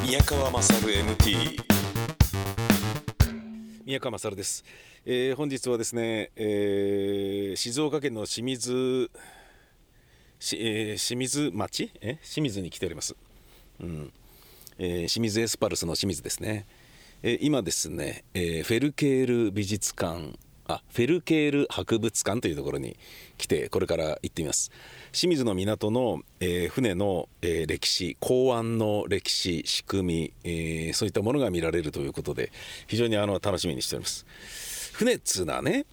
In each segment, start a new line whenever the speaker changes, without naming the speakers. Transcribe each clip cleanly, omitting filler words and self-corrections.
宮川勝 MT 宮川勝です。本日はですね、静岡県の清水町清水に来ております、清水エスパルスの清水ですね。今ですね、フェルケール美術館フェルケール博物館というところに来て、これから行ってみます。清水の港の、船の、歴史、港湾の歴史、仕組み、そういったものが見られるということで、非常に楽しみにしております。船っつうのはね、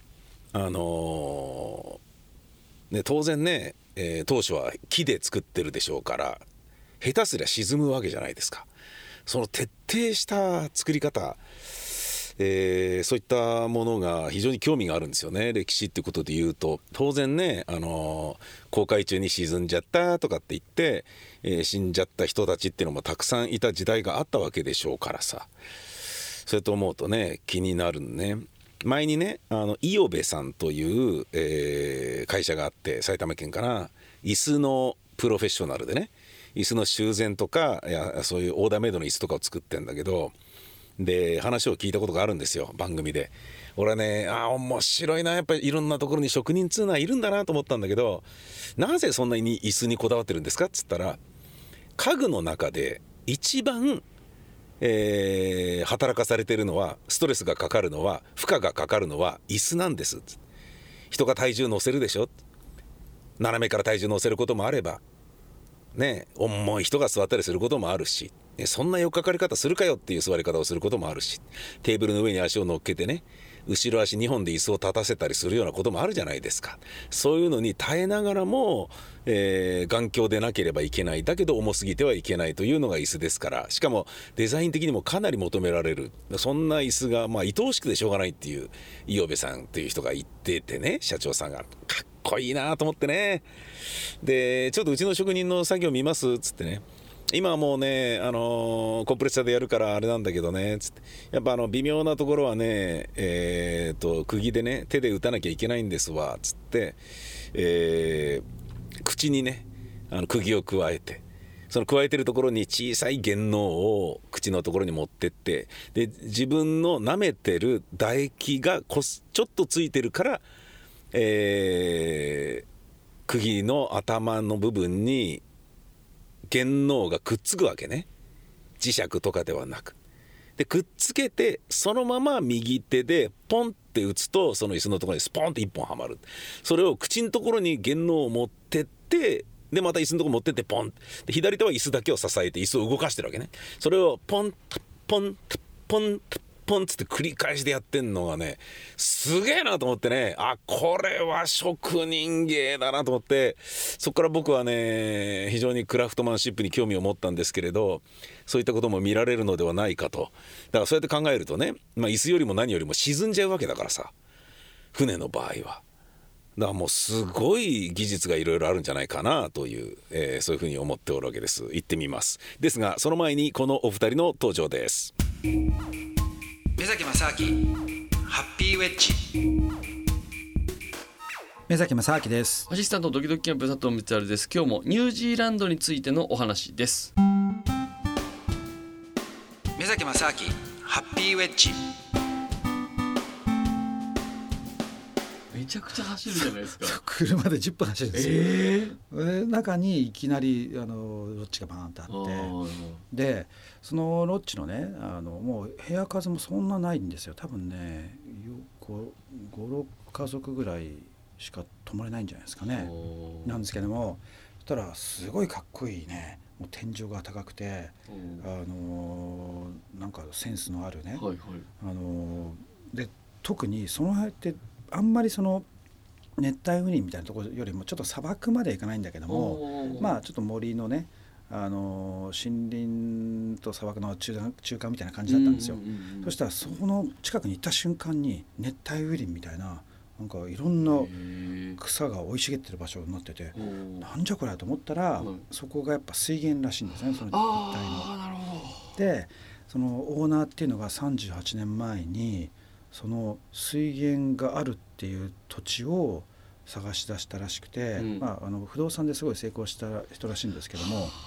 当然ね、当初は木で作ってるでしょうから、下手すりゃ沈むわけじゃないですか。その徹底した作り方、そういったものが非常に興味があるんですよね。歴史っていうことで言うと、当然ね、航海中に沈んじゃったとかって言って、死んじゃった人たちっていうのもたくさんいた時代があったわけでしょうからさ、それと思うとね、気になるね。前にね、伊予部さんという、会社があって、埼玉県かな、椅子のプロフェッショナルでね、椅子の修繕とか、そういうオーダーメイドの椅子とかを作ってんだけど、で話を聞いたことがあるんですよ、番組で。俺はね、面白いな、やっぱりいろんなところに職人っつうのはいるんだなと思ったんだけど、なぜそんなに椅子にこだわってるんですかっつったら、家具の中で一番、働かされてるのは、ストレスがかかるのは、負荷がかかるのは椅子なんです。人が体重乗せるでしょ、斜めから体重乗せることもあればね、重い人が座ったりすることもあるし、そんな寄っかかり方するかよっていう座り方をすることもあるし、テーブルの上に足を乗っけてね、後ろ足2本で椅子を立たせたりするようなこともあるじゃないですか。そういうのに耐えながらも、頑強でなければいけない、だけど重すぎてはいけないというのが椅子ですから、しかもデザイン的にもかなり求められる、そんな椅子が愛おしくてしょうがないっていう伊予部さんという人が言っててね、社長さんがかっこいいなと思ってね。でちょっとうちの職人の作業見ますっつってね、今はもうね、コンプレッサーでやるからあれなんだけどねつって、やっぱ微妙なところはね、釘でね手で打たなきゃいけないんですわつって、口にね釘を加えて、その加えてるところに小さい原能を口のところに持ってって、で自分の舐めてる唾液がちょっとついてるから、釘の頭の部分に原能がくっつくわけね、磁石とかではなく。でくっつけて、そのまま右手でポンって打つと、その椅子のところにスポンって一本はまる。それを口のところに原能を持ってって、でまた椅子のところ持ってってポンで、左手は椅子だけを支えて椅子を動かしてるわけね。それをポンとポンとポンとポンつって繰り返しでやってんのがね、すげえなと思ってね、これは職人芸だなと思って、そこから僕はね、非常にクラフトマンシップに興味を持ったんですけれど、そういったことも見られるのではないかと。だからそうやって考えるとね、椅子よりも何よりも沈んじゃうわけだからさ、船の場合は。だからもうすごい技術がいろいろあるんじゃないかなという、そういうふうに思っておるわけです。行ってみます。ですがその前にこのお二人の登場です。
目崎正明ハッピーウェッジ。
目崎正明です。
アシスタントドキドキキャンプ佐藤光晴です。今日もニュージーランドについてのお話です。
目崎正明ハッピーウェッジ。
めちゃくちゃ走るじゃないですか
車で10分走るんですよ、で中にいきなりロッジがバーンってあって、でそのロッジのねもう部屋数もそんなないんですよ。多分ね5、6家族ぐらいしか泊まれないんじゃないですかね。なんですけども、そしたらすごいかっこいいね、もう天井が高くてなんかセンスのあるね、で特にその辺ってあんまりその熱帯雨林みたいなところよりもちょっと砂漠まで行かないんだけども、ちょっと森のね森林と砂漠の中間みたいな感じだったんですよ。そしたらその近くに行った瞬間に熱帯雨林みたいな、なんかいろんな草が生い茂ってる場所になってて、なんじゃこれと思ったら、そこがやっぱ水源らしいんですね、その一帯の。
なるほど。
でそのオーナーっていうのが38年前にその水源があるっていう土地を探し出したらしくて、不動産ですごい成功した人らしいんですけども、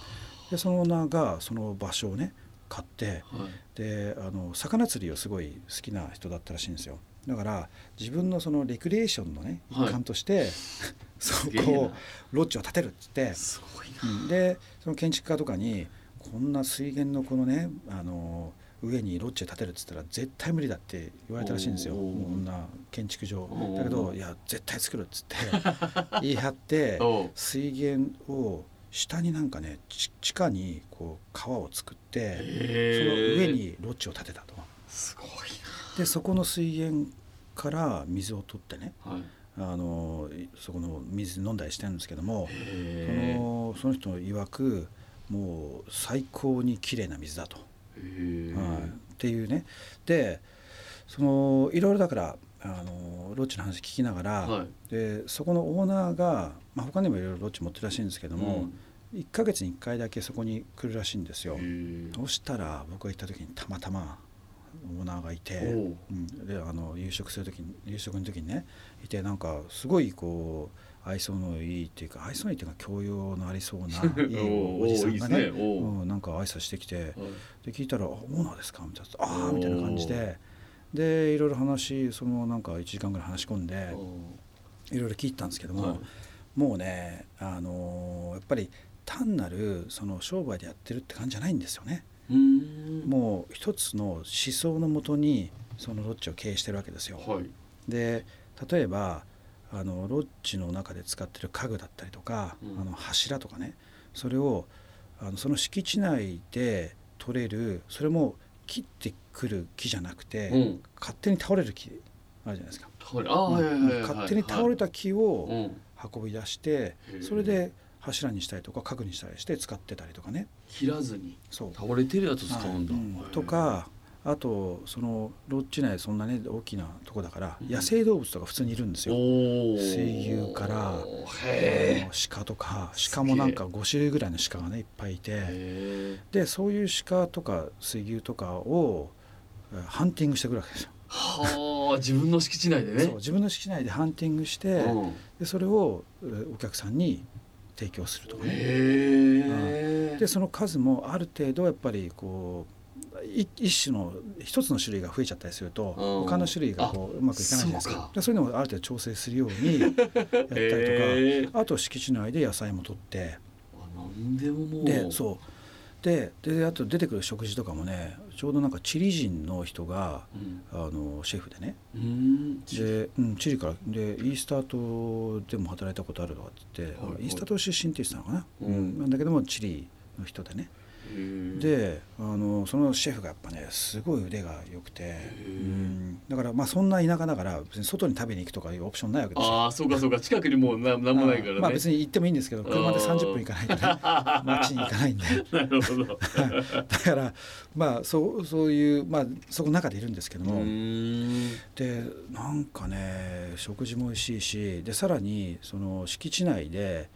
でそのオーナーがその場所をね買って、で魚釣りをすごい好きな人だったらしいんですよ。だから自分のそのレクリエーションのね一環として、そこをロッジを建てるっつって、
すごいな。
でその建築家とかにこんな水源のこのね上にロッジを建てるっつったら絶対無理だって言われたらしいんですよ。こんな建築上だけど、いや絶対作るっつって言い張って水源を下になんかね地下にこう川を作って、その上にロッジを建てたと。
すごいな。
でそこの水源から水を取ってね、そこの水飲んだりしてるんですけども、その人の曰くもう最高にきれいな水だと、っていうね。でいろいろだからロッジの話聞きながら、でそこのオーナーが、他にもいろいろロッジ持ってるらしいんですけども、1ヶ月に1回だけそこに来るらしいんですよ。そしたら僕が行った時にたまたまオーナーがいて、で夕食の時にねいて、なんかすごいこう愛想のいいっていうか教養のありそうないいおじさんがねなんか挨拶してきて、で聞いたらオーナーですかみたいな、みたいな感じで、でいろいろなんか1時間ぐらい話し込んでいろいろ聞いたんですけども、もうねやっぱり単なるその商売でやってるって感じじゃないんですよね。もう一つの思想のもとにそのロッジを経営してるわけですよ。で例えばロッジの中で使ってる家具だったりとか、柱とかね、それをその敷地内で取れる、それも切ってくる木じゃなくて、勝手に倒れる木あるじゃないですか。勝手に倒れた木を運び出して、それで柱にしたりとか家具にしたりして使ってたりとかね。
切らずに倒れてるやつ使うんだ、
とか、あとそのロッジ内そんなね大きなとこだから、野生動物とか普通にいるんですよ。水牛から鹿とか、鹿もなんか5種類ぐらいの鹿がねいっぱいいて、でそういう鹿とか水牛とかをハンティングしてくるわけですよ。
自分の敷地内でね。
そう、自分の敷地内でハンティングして、でそれをお客さんに提供するとかね。でその数もある程度やっぱりこう一つの種類が増えちゃったりすると、他の種類がこううまくいかないじゃないですか。そういうのをある程度調整するようにやったりとか、あと敷地内で野菜も取って、
なんでももう
でであと出てくる食事とかもね、ちょうどなんかチリ人の人が、シェフでね、で、チリからでイースター島でも働いたことあるとかって言って、イースター島出身って言ってたのかな、なんだけどもチリの人でね、でそのシェフがやっぱねすごい腕が良くて、だからそんな田舎だから別に外に食べに行くとかいうオプションないわけですよ。
そうか近くにもう何もないからね。
別に行ってもいいんですけど、車で30分行かないとね街に行かないんで
なるほど
だからそういうそこの中でいるんですけども、でなんかね食事も美味しいし、でさらにその敷地内で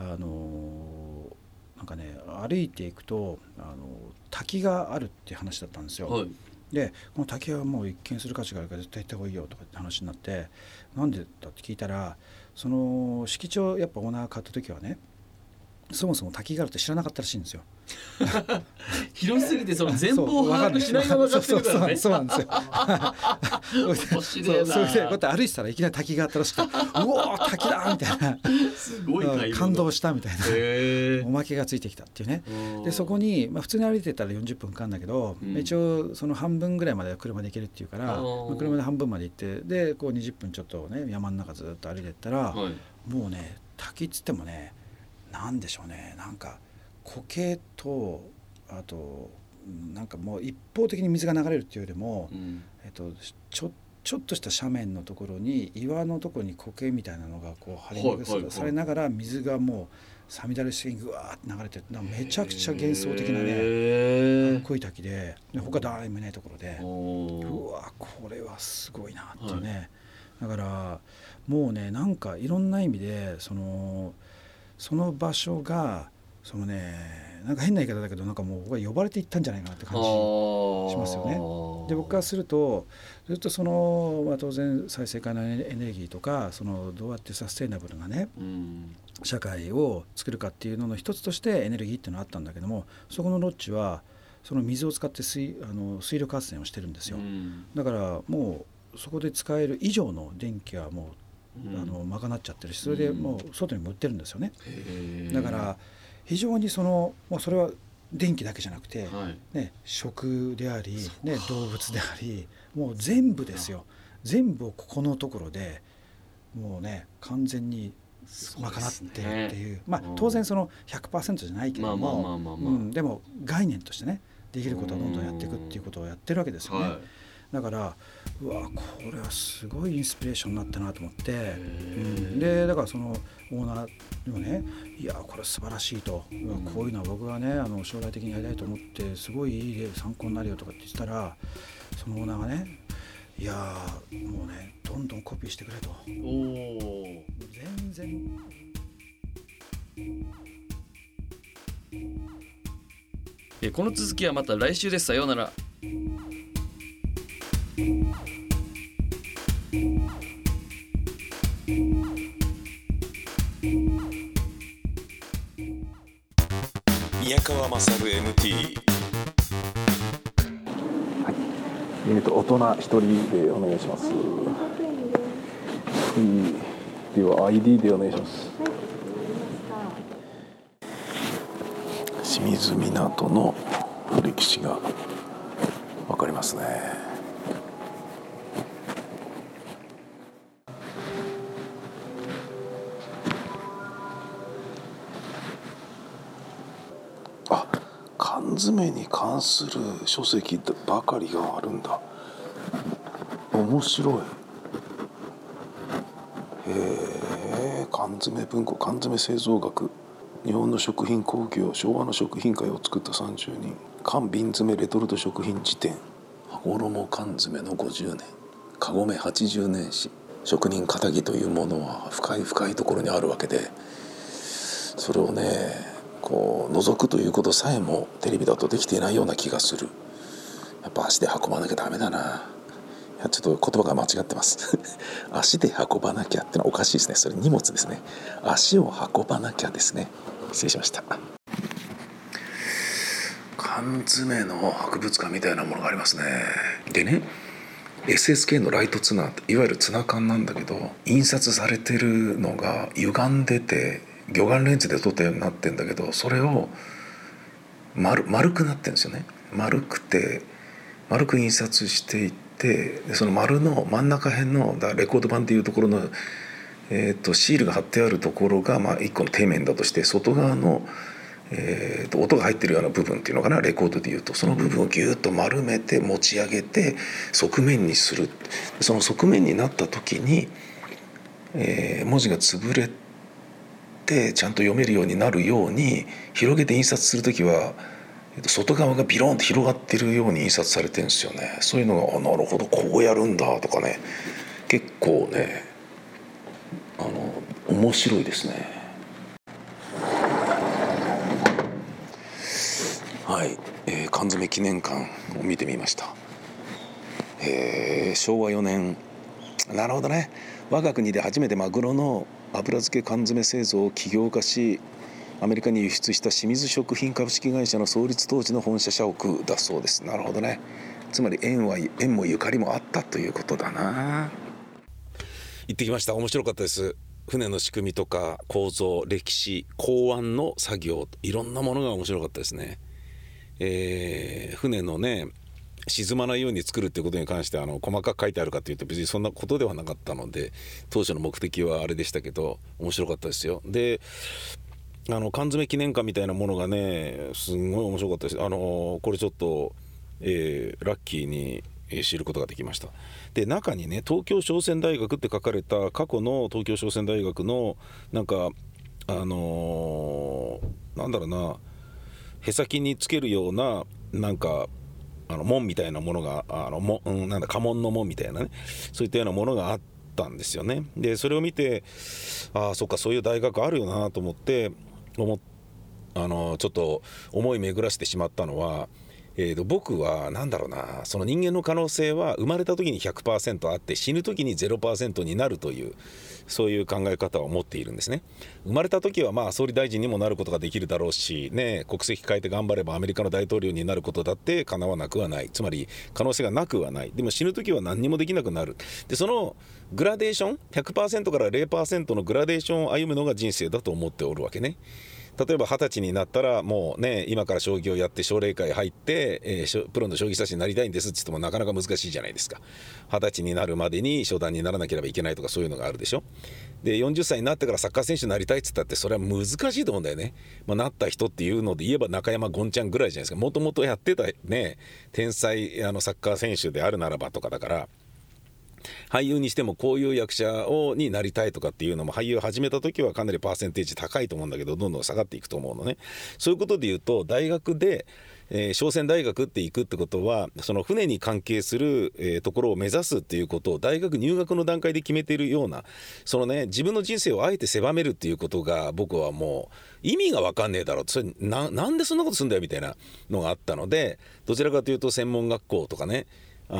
なんかね歩いていくと滝があるっていう話だったんですよ。でこの滝はもう一見する価値があるから絶対行った方がいいよとかって話になって、なんでだって聞いたら、その敷地をやっぱオーナーが買った時はね、そもそも滝があるって知らなかったらしいんですよ。
広すぎてその全貌を把握しないまま買ってるからね。
そうなんですよ。
面白いな。
それでこうやって歩いてたらいきなり滝があったらしくて、うおー滝だみたいな、
すごい
感動したみたいな、おまけがついてきたっていうね。でそこに、普通に歩いてたら40分かかるんだけど、一応その半分ぐらいまでは車で行けるっていうから、車で半分まで行って、でこう20分ちょっとね山の中ずっと歩いてったら、もうね滝っつってもね、なんでしょうね、なんか苔と、あとなんかもう一方的に水が流れるっていうよりも、ちょっとした斜面のところに岩のところに苔みたいなのがこう張り巡らされながら、水がもうさみだれ式にぐわーって流れてる、めちゃくちゃ幻想的なね濃い滝で、他誰もいないところで、うわこれはすごいなっていうね。だからもうねなんかいろんな意味でその場所がなんか変な言い方だけど、なんかもう僕は呼ばれていったんじゃないかなって感じしますよね。で僕からするとずっと当然再生可能エネルギーとかどうやってサステイナブルなね、 社会を作るかっていうのの一つとしてエネルギーっていうのがあったんだけども、そこのロッジはその水を使って水力発電をしてるんですよ。だからもうそこで使える以上の電気はもう賄っちゃってるし、それでもう外にも売ってるんですよね。だから非常にそれは電気だけじゃなくて、ね、食であり、ね、動物であり、もう全部ですよ。全部をここのところでもうね完全に賄ってるっていう、当然その 100% じゃないけども、でも概念としてねできることはどんどんやっていくっていうことをやってるわけですよね。だからこれはすごいインスピレーションになったなと思って、でだからそのオーナーにもね、いやこれ素晴らしいと、こういうのは僕がね将来的にやりたいと思ってすごいいい参考になるよとかって言ったら、そのオーナーがね、いやもうねどんどんコピーしてくれと。全然
この続きはまた来週です。さようなら。
宮川勝 MT。
大人1人でお願いします。では ID でお願いします。清水港の歴史が分かりますね。缶詰に関する書籍ばかりがあるんだ。面白い。缶詰文庫、缶詰製造学、日本の食品工業、昭和の食品界を作った30人、缶瓶詰レトルト食品辞典、羽衣缶詰の50年、カゴメ80年史、職人かたぎというものは深い深いところにあるわけで、それをねこう覗くということさえもテレビだとできていないような気がする。やっぱ足で運ばなきゃダメだな。いやちょっと言葉が間違ってます足で運ばなきゃってのはおかしいですね。それ荷物ですね。足を運ばなきゃですね。失礼しました。缶詰の博物館みたいなものがありますね。でね SSK のライトツナー、いわゆるツナ缶なんだけど、印刷されてるのが歪んでて魚眼レンズで撮ったようになってんだけど、それを丸くなってるんですよね。丸く印刷していって、でその丸の真ん中辺のレコード盤っていうところの、シールが貼ってあるところが、一個の底面だとして、外側の、音が入ってるような部分っていうのかな、レコードでいうとその部分をギュッと丸めて持ち上げて側面にする。その側面になった時に、文字が潰れてちゃんと読めるようになるように広げて印刷する時は外側がビロンと広がってるように印刷されてるんですよね。そういうのがなるほどこうやるんだとかね、結構ね面白いですね。はい、缶詰記念館を見てみました。昭和4年、なるほどね、我が国で初めてマグロの油漬け缶詰製造を企業化しアメリカに輸出した清水食品株式会社の創立当時の本社社屋だそうです。なるほどね。つまり縁もゆかりもあったということだな。
行ってきました。面白かったです。船の仕組みとか構造、歴史、港湾の作業、いろんなものが面白かったですね。船のね沈まないように作るっていうことに関して細かく書いてあるかというと別にそんなことではなかったので、当初の目的はあれでしたけど面白かったですよ。で缶詰記念館みたいなものがねすんごい面白かったです。これちょっと、ラッキーに知ることができました。で中にね東京商船大学って書かれた過去の東京商船大学のなんかなんだろうな、へさきにつけるようななんか門みたいなものがなんだ家紋の門みたいなね、そういったようなものがあったんですよね。でそれを見てそっかそういう大学あるよなと思ってちょっと思い巡らせてしまったのは、 僕はなんだろうな、その人間の可能性は生まれた時に 100% あって死ぬ時に 0% になるという、そういう考え方を持っているんですね。生まれた時はまあ総理大臣にもなることができるだろうし、ね、国籍変えて頑張ればアメリカの大統領になることだって叶わなくはない、つまり可能性がなくはない。でも死ぬ時は何にもできなくなる。でそのグラデーション 100% から 0% のグラデーションを歩むのが人生だと思っておるわけね。例えば20歳になったらもうね、今から将棋をやって奨励会入って、プロの将棋指しになりたいんですって言ってもなかなか難しいじゃないですか。20歳になるまでに初段にならなければいけないとか、そういうのがあるでしょ。で40歳になってからサッカー選手になりたいって言ったってそれは難しいと思うんだよね。なった人っていうので言えば中山ゴンちゃんぐらいじゃないですか。もともとやってたね、天才サッカー選手であるならばとかだから、俳優にしてもこういう役者になりたいとかっていうのも、俳優始めた時はかなりパーセンテージ高いと思うんだけど、どんどん下がっていくと思うのね。そういうことで言うと大学で、商船大学って行くってことは、その船に関係する、ところを目指すっていうことを大学入学の段階で決めているような、そのね、自分の人生をあえて狭めるっていうことが僕はもう意味が分かんねえだろう、それなんでそんなことするんだよみたいなのがあったので、どちらかというと専門学校とかね、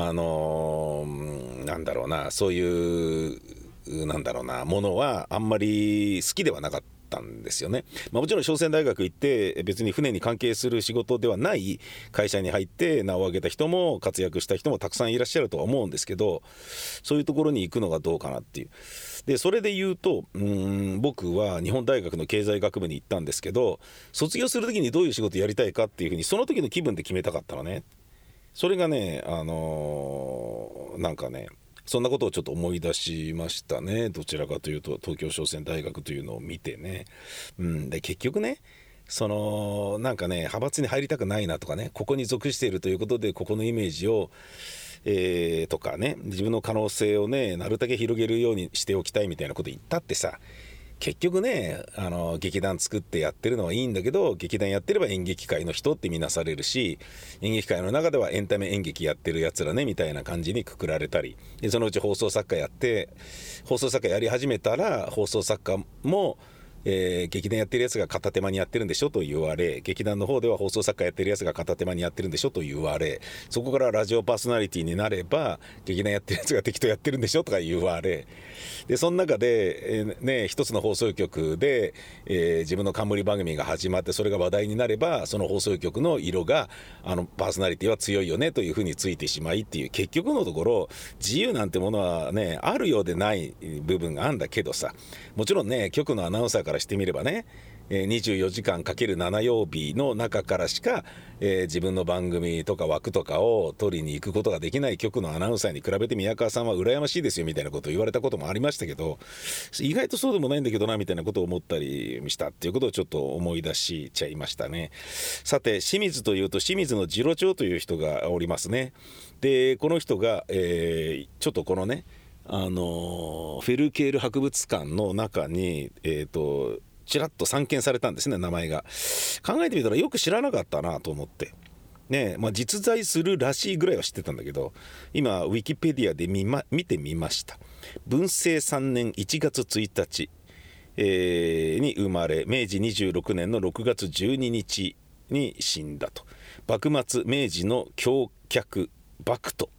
なんだろうな、そういうなんだろうなものはあんまり好きではなかったんですよね。もちろん商船大学行って別に船に関係する仕事ではない会社に入って名を上げた人も活躍した人もたくさんいらっしゃるとは思うんですけど、そういうところに行くのがどうかなっていう。でそれで言うと、僕は日本大学の経済学部に行ったんですけど、卒業する時にどういう仕事やりたいかっていうふうにその時の気分で決めたかったのね。それがね、なんかね、そんなことをちょっと思い出しましたね。どちらかというと東京商船大学というのを見てね、で結局ね、そのなんかね、派閥に入りたくないなとかね、ここに属しているということでここのイメージを、とかね、自分の可能性をねなるだけ広げるようにしておきたいみたいなこと言ったってさ、結局ね、劇団作ってやってるのはいいんだけど、劇団やってれば演劇界の人って見なされるし、演劇界の中ではエンタメ演劇やってるやつらねみたいな感じにくくられたり、でそのうち放送作家やって、放送作家やり始めたら放送作家も劇団やってるやつが片手間にやってるんでしょと言われ、劇団の方では放送作家やってるやつが片手間にやってるんでしょと言われ、そこからラジオパーソナリティになれば劇団やってるやつが適当やってるんでしょとか言われ、でその中で、一つの放送局で、自分の冠番組が始まってそれが話題になれば、その放送局の色がパーソナリティは強いよねというふうについてしまいっていう、結局のところ自由なんてものはねあるようでない部分があるんだけどさ、もちろんね局のアナウンサーからしてみればね、24時間 ×7 曜日の中からしか、自分の番組とか枠とかを取りに行くことができない局のアナウンサーに比べて宮川さんは羨ましいですよみたいなことを言われたこともありましたけど、意外とそうでもないんだけどなみたいなことを思ったりしたっていうことをちょっと思い出しちゃいましたね。さて清水というと清水の次郎長という人がおりますね。でこの人が、ちょっとこのねフェルケール博物館の中にちらっと散見されたんですね、名前が。考えてみたらよく知らなかったなと思ってね、実在するらしいぐらいは知ってたんだけど、今ウィキペディアで見てみました。文政3年1月1日、に生まれ、明治26年の6月12日に死んだと。幕末明治の狂客幕と、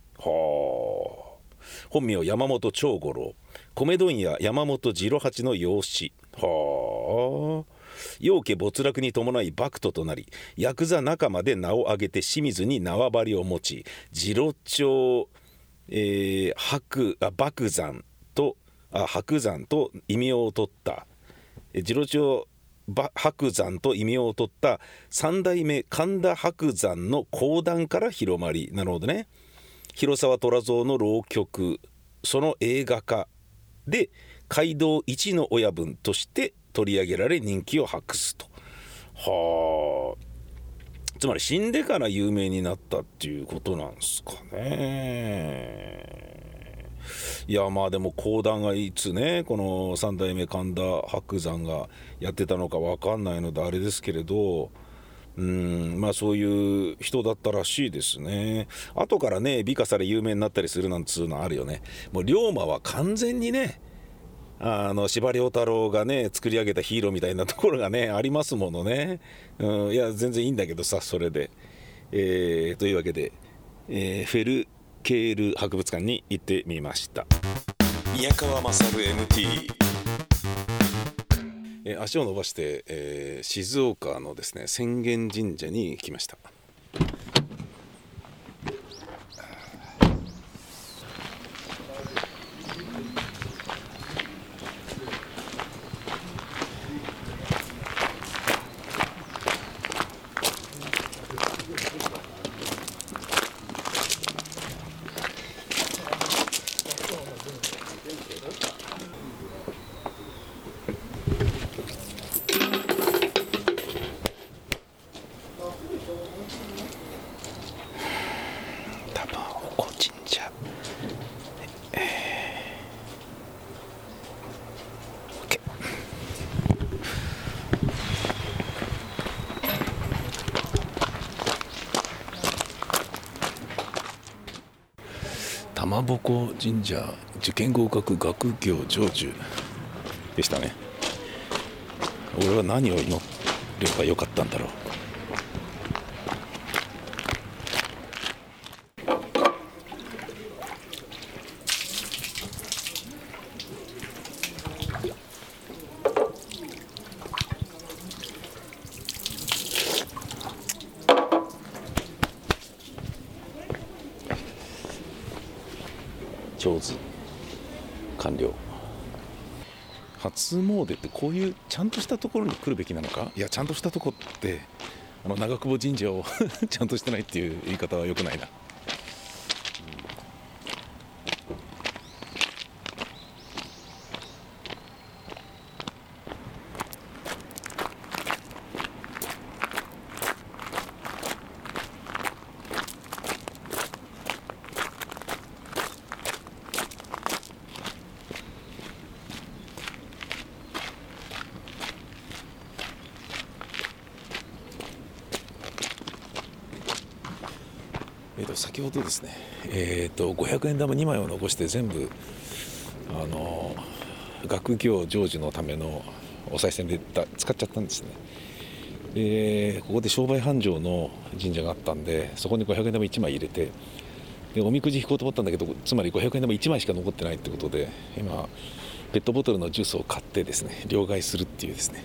本名山本長五郎、米問屋山本次郎八の養子。陽家没落に伴い幕徒となり、ヤクザ仲間で名を挙げて清水に縄張りを持ち、次郎長、白山と異名を取った次郎長白山と異名を取った三代目神田白山の講談から広まり、なるほどね、広沢虎蔵の浪曲、その映画化で街道一の親分として取り上げられ人気を博すと。つまり死んでから有名になったっていうことなんですかね。いやでも講談がいつねこの三代目神田伯山がやってたのか分かんないのであれですけれど、そういう人だったらしいですね。後からね美化され有名になったりするなんつうのあるよね。もう龍馬は完全にね司馬遼太郎がね作り上げたヒーローみたいなところがねありますものね。いや全然いいんだけどさ、それでというわけで、フェルケール博物館に行ってみました。宮川勝 MT、足を伸ばして、静岡のですね浅間神社に来ました。玉鉾神社受験合格学業成就でしたね。俺は何を祈ればよかったんだろう。上手完了。初詣ってこういうちゃんとしたところに来るべきなのか。いや、ちゃんとしたとこって長久保神社をちゃんとしてないっていう言い方は良くないな。先ほどですね、500円玉2枚を残して全部学業成就のためのお賽銭で使っちゃったんですね。ここで商売繁盛の神社があったんで、そこに500円玉1枚入れて、でおみくじ引こうと思ったんだけど、つまり500円玉1枚しか残ってないってことで、今ペットボトルのジュースを買ってですね両替するっていうですね、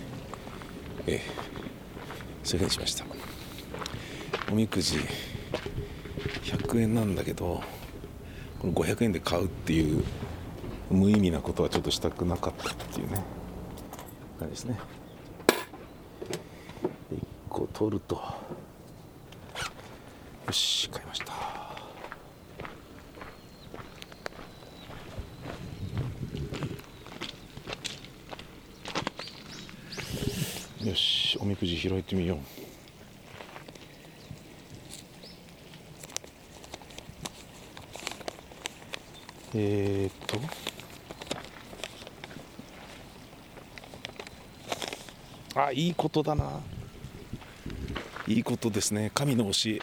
そういうふうにしました。おみくじ100円なんだけど、この500円で買うっていう無意味なことはちょっとしたくなかったっていうね感じですね。1個取ると、よし買いました。よし、おみくじ拾えてみよう。いいことだな。いいことですね。神の教え。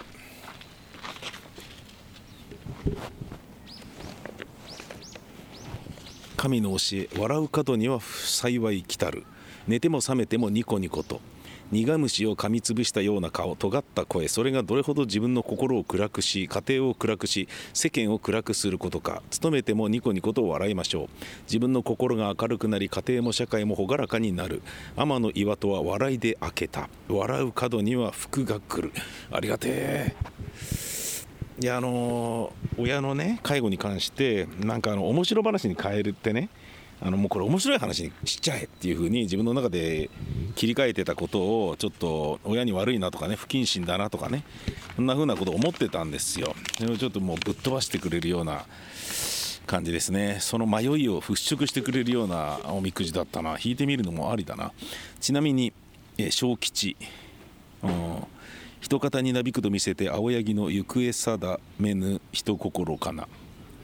神の教え。笑う角には幸い来たる。寝ても覚めてもニコニコと。苦虫を噛みつぶしたような顔、尖った声、それがどれほど自分の心を暗くし、家庭を暗くし、世間を暗くすることか。勤めてもニコニコと笑いましょう。自分の心が明るくなり、家庭も社会も朗らかになる。天の岩戸は笑いで開けた。笑う角には福が来る。ありがてえ。いや、親のね介護に関してなんか面白話に変えるってね、もうこれ面白い話にしちゃえっていう風に自分の中で切り替えてたことを、ちょっと親に悪いなとかね、不謹慎だなとかね、そんな風なことを思ってたんですよ。それをちょっともうぶっ飛ばしてくれるような感じですね。その迷いを払拭してくれるようなおみくじだったな。引いてみるのもありだな。ちなみに小吉、人方になびくと見せて青柳の行方定めぬ人心かな。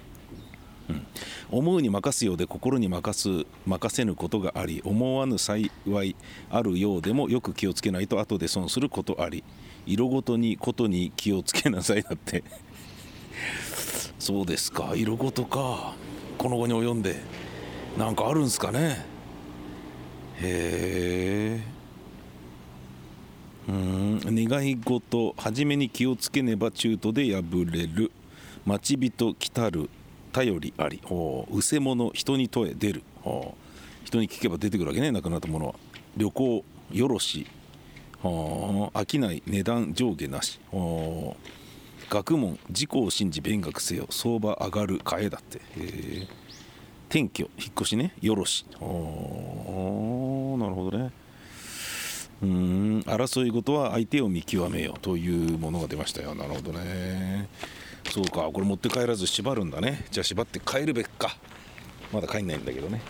思うに任すようで心に任せぬことがあり、思わぬ幸いあるようでもよく気をつけないと後で損することあり、色ごとにことに気をつけなさいだってそうですか、色ごとか。この後に及んでなんかあるんすかね。へえ。 願い事初めに気をつけねば中途で破れる。待ち人来たる頼りあり。うせ者人に問え出る。人に聞けば出てくるわけね、なくなったものは。旅行よろし。飽きない値段上下なし。学問自己を信じ勉学せよ。相場上がる買えだって。転居引っ越しね、よろし。なるほどね。争い事は相手を見極めよというものが出ましたよ。なるほどね。そうか、これ持って帰らず縛るんだね。じゃあ縛って帰るべきか。まだ帰んないんだけどね。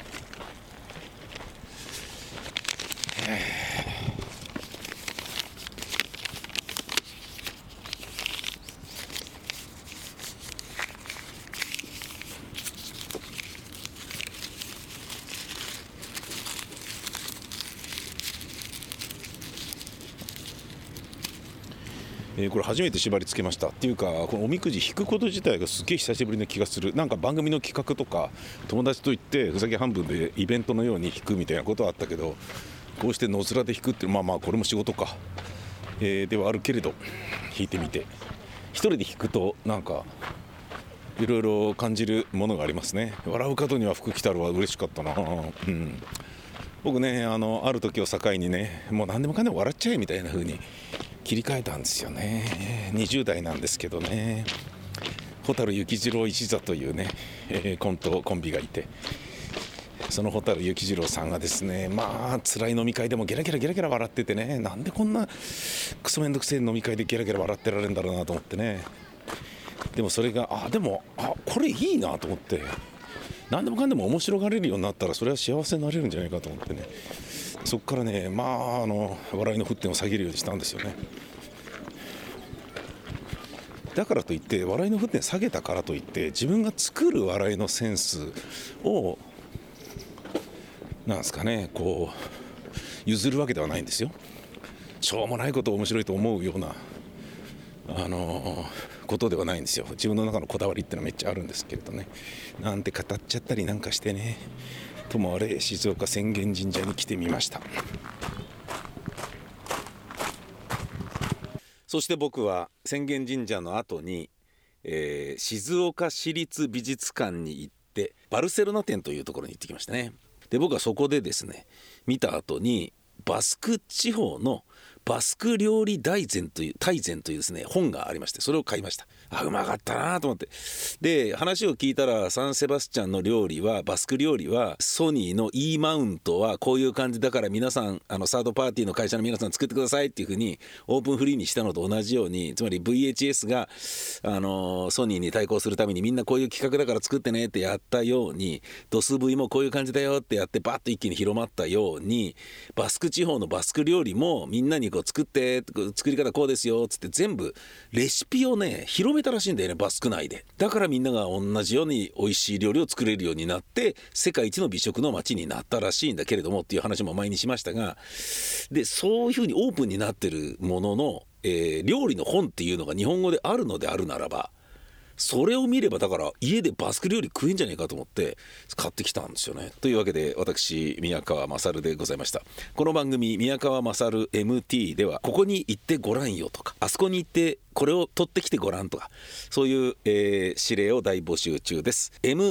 これ初めて縛り付けましたっていうか、このおみくじ引くこと自体がすげえ久しぶりな気がする。なんか番組の企画とか友達と行ってふざけ半分でイベントのように引くみたいなことはあったけど、こうして野面で引くってまあこれも仕事か、ではあるけれど引いてみて、一人で引くとなんかいろいろ感じるものがありますね。笑う角には福来たるは嬉しかったな。僕ね、ある時を境にね、もう何でもかんでも笑っちゃえみたいな風に切り替えたんですよね。20代なんですけどね、蛍幸次郎一座というね、コンビがいて、その蛍幸次郎さんがですね、まあ辛い飲み会でもゲラゲラ笑っててね、なんでこんなクソめんどくせえ飲み会でゲラゲラ笑ってられるんだろうなと思ってね。でもそれがこれいいなと思って、何でもかんでも面白がれるようになったらそれは幸せになれるんじゃないかと思ってね、そこからね、笑いの沸点を下げるようにしたんですよね。だからといって笑いの沸点下げたからといって自分が作る笑いのセンスをなんですかね、こう譲るわけではないんですよ。しょうもないことを面白いと思うようなことではないんですよ。自分の中のこだわりってのはめっちゃあるんですけれどね、なんて語っちゃったりなんかしてね。ともあれ静岡浅間神社に来てみました。そして僕は浅間神社の後に、静岡市立美術館に行ってバルセロナ展というところに行ってきましたね。で僕はそこでですね、見た後にバスク地方のバスク料理大全というですね本がありまして、それを買いました。うまかったなと思って、で話を聞いたらサンセバスチャンの料理はバスク料理はソニーの E マウントはこういう感じだから皆さんサードパーティーの会社の皆さん作ってくださいっていう風にオープンフリーにしたのと同じように、つまり VHS がソニーに対抗するためにみんなこういう企画だから作ってねってやったように、ドス V もこういう感じだよってやってバッと一気に広まったように、バスク地方のバスク料理もみんなにこう作って作り方こうですよっつって全部レシピをね広めたらしいんだよね、バスク内で。だからみんなが同じように美味しい料理を作れるようになって世界一の美食の街になったらしいんだけれどもっていう話も前にしましたが、でそういうふうにオープンになってるものの、料理の本っていうのが日本語であるのであるならば、それを見ればだから家でバスク料理食えんじゃねえかと思って買ってきたんですよね。というわけで私宮川勝でございました。この番組宮川勝 MT ではここに行ってごらんよとか、あそこに行ってこれを取ってきてごらんとか、そういう、指令を大募集中です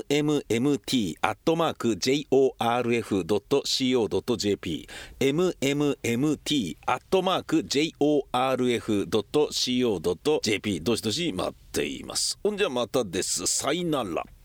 。mmmt@jorf.co.jp mmmt@jorf.co.jp どしどし待っています。ほんじゃまたです。さいなら。